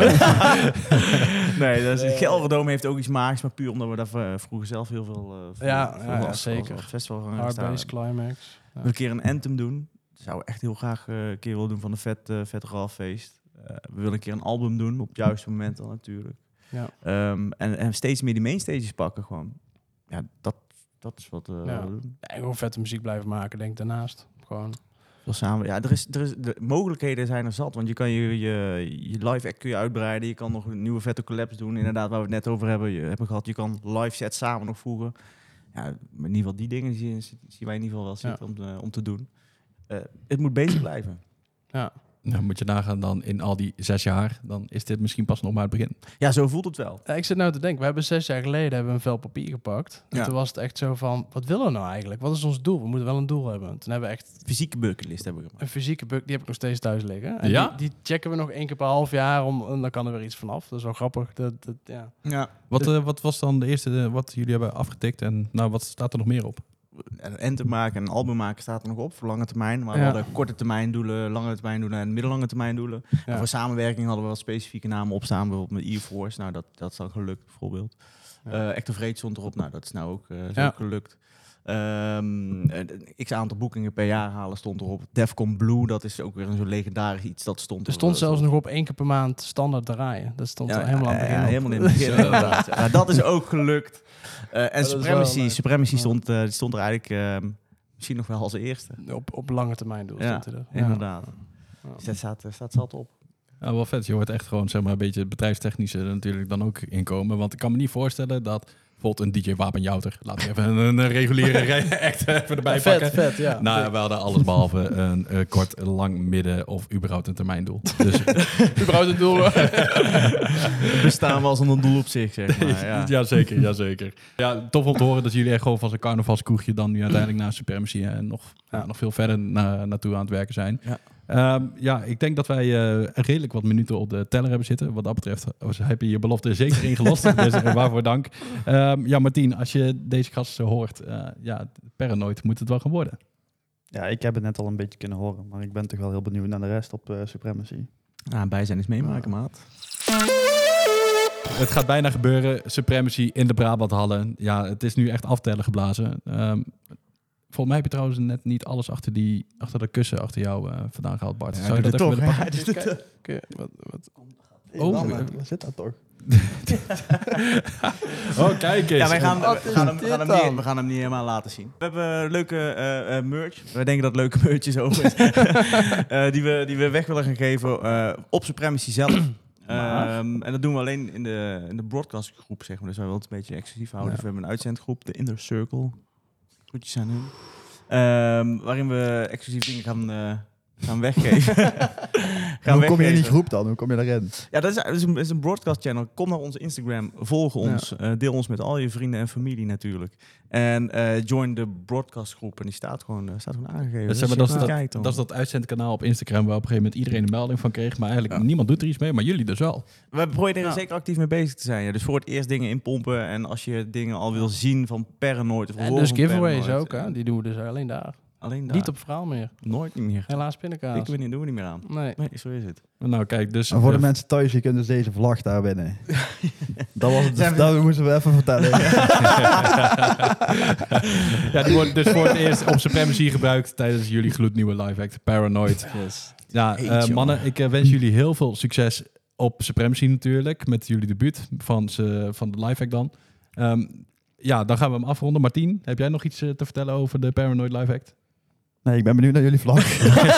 Nee, dat is, het Gelderdoom heeft ook iets magisch, maar puur omdat we daar uh, vroeger zelf heel veel... Uh, veel Ja, veel ja, ja, als- zeker. als festival gaan Hardbase, staan. Climax. We een keer een anthem doen. Dat zouden we echt heel graag uh, een keer willen doen van de Vet, uh, vet Ralf-feest. Uh, we willen een keer een album doen, op het juiste moment dan natuurlijk. Ja. Um, en, en steeds meer die mainstages pakken gewoon. Ja, dat, dat is wat uh, Ja. we doen. Ja, gewoon vette muziek blijven maken, denk ik, daarnaast. Gewoon. Wel samen. Ja, er is, er is, de mogelijkheden zijn er zat. Want je kan je, je, je live act kun je uitbreiden. Je kan nog een nieuwe vette collabs doen. Inderdaad, waar we het net over hebben, je, hebben gehad. Je kan live sets samen nog voegen. Ja, in ieder geval die dingen zien, zien wij in ieder geval wel zitten Ja. om, te, om te doen. Uh, het moet bezig blijven. Ja. Nou, moet je nagaan dan in al die zes jaar, dan is dit misschien pas nog maar het begin. Ja, zo voelt het wel. Ja, ik zit nou te denken, we hebben zes jaar geleden hebben we een vel papier gepakt. En Ja. toen was het echt zo van, wat willen we nou eigenlijk? Wat is ons doel? We moeten wel een doel hebben. Toen hebben we echt Fysieke bucketlist hebben we gemaakt. een fysieke boek, die heb ik nog steeds thuis liggen. En Ja? die, die checken we nog één keer per half jaar, om, en dan kan er weer iets vanaf. Dat is wel grappig. Dat, dat, ja. Ja. Wat, uh, wat was dan de eerste uh, wat jullie hebben afgetikt en nou, wat staat er nog meer op? Een anthem maken en een album maken staat er nog op voor lange termijn. Maar we Ja. hadden korte termijn doelen, lange termijn doelen en middellange termijn doelen. Ja. En voor samenwerking hadden we wat specifieke namen opstaan. Bijvoorbeeld met E-Force. Nou, dat, dat is dan gelukt bijvoorbeeld. Ja. Uh, Echte Vreed stond erop. Nou, dat is nou ook, uh, is Ja. ook gelukt. Um, x aantal boekingen per jaar halen stond erop. Defcon Blue, dat is ook weer een zo legendarisch iets. Dat stond Er stond zelfs nog op één keer per maand standaard draaien. Dat stond Ja, er helemaal aan het begin ja, op. helemaal in het begin. inderdaad. Ja, dat is ook gelukt. Uh, en dat is Supremacy, wel, uh, Supremacy ja. stond, uh, die stond er eigenlijk uh, misschien nog wel als eerste. Op, op lange termijn doel Ja, stond hij er. Ja. inderdaad. Ja. Dus dat staat, staat zat op. Ja, wel vet. Je hoort echt gewoon zeg maar, een beetje het bedrijfstechnische er natuurlijk dan ook inkomen. Want ik kan me niet voorstellen dat bijvoorbeeld een D J Wapenjouter, laat ik even een, een reguliere act even erbij vet, pakken. vet, ja. Nou, we hadden alles behalve een uh, kort, lang, midden of überhaupt een termijndoel. Dus überhaupt het doel. Bestaan we als een doel op zich, zeg maar. Ja. ja, zeker, ja, zeker. Ja, tof om te horen dat jullie echt gewoon van zo'n carnavalskroegje dan nu uiteindelijk naar Supremacy en nog, ja. Ja, nog veel verder na, naartoe aan het werken zijn. Ja. Um, ja, ik denk dat wij uh, redelijk wat minuten op de teller hebben zitten. Wat dat betreft heb je je belofte zeker ingelost. Dus uh, waarvoor dank. Um, ja, Martien, als je deze gasten hoort, uh, ja, Paranoid moet het wel gaan worden. Ja, ik heb het net al een beetje kunnen horen, maar ik ben toch wel heel benieuwd naar de rest op uh, Supremacy. Nou, bij zijn is meemaken, Ja. maat. Het gaat bijna gebeuren. Supremacy in de Brabanthallen. Ja, het is nu echt aftellen geblazen. Um, Volgens mij heb je trouwens net niet alles achter, die, achter de kussen achter jou uh, vandaan gehaald, Bart. Ja, Zou je dat even willen pakken? Dus kijk, okay, wat, wat. Oh, Oh, uh, waar zit dat toch? oh, kijk eens. Ja, wij gaan, Wat we, gaan hem, is we, gaan hem dit niet, dan? we gaan hem niet helemaal laten zien. We hebben leuke uh, uh, merch. Wij denken dat leuke merch is over. uh, die, we, die we weg willen gaan geven uh, op Supremacy zelf. Um, en dat doen we alleen in de, in de broadcastgroep, zeg maar. Dus wij willen het een beetje exclusief houden. Ja. Dus we hebben een uitzendgroep, de Inner Circle. Groetjes aan hun. Um, waarin we exclusief dingen gaan, uh, gaan weggeven. gaan Hoe kom je in die weggeven. groep dan? Hoe kom je daarin? Ja, dat is, dat is, een, dat is een broadcast channel. Kom naar onze Instagram, volg ons, ja. uh, deel ons met al je vrienden en familie natuurlijk. En uh, join de broadcastgroep en die staat gewoon, uh, staat gewoon aangegeven. Dat, Dus zeg maar, je dat, is dat, kijkt dan. dat is dat uitzendkanaal op Instagram waar op een gegeven moment iedereen een melding van kreeg. Maar eigenlijk Ja. niemand doet er iets mee, maar jullie dus wel. We proberen er Ja. zeker actief mee bezig te zijn. Ja. Dus voor het eerst dingen inpompen en als je dingen al wil zien van Paranoid. Of En horen dus van giveaways Paranoid, ook, hè? Die doen we dus alleen daar. Alleen daar. Niet op verhaal meer. Nooit niet meer. Helaas pindakaas. Ik weet niet, doen we niet meer aan. Nee. Nee, zo is het. Nou, kijk, dus... Maar voor de uh, mensen thuis, je kunt dus deze vlag daar winnen. dat was het, Zijn we- dat moesten we even vertellen. ja, die wordt dus voor het eerst op Supremacy gebruikt tijdens jullie gloednieuwe live act, Paranoid. Yes. Ja, Hey, uh, joh. mannen, ik uh, wens jullie heel veel succes op Supremacy natuurlijk, met jullie debuut van, ze, van de live act dan. Um, ja, dan gaan we hem afronden. Martien, heb jij nog iets uh, te vertellen over de Paranoid live act? Nee, ik ben benieuwd naar jullie vlag.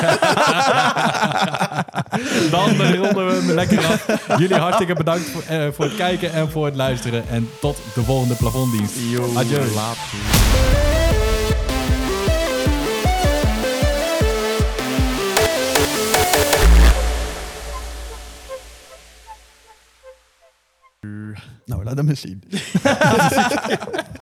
Dan uh, ronden we hem lekker af. Jullie hartstikke bedankt voor, uh, voor het kijken en voor het luisteren. En tot de volgende plafonddienst. Adieu. nou, laat hem eens zien.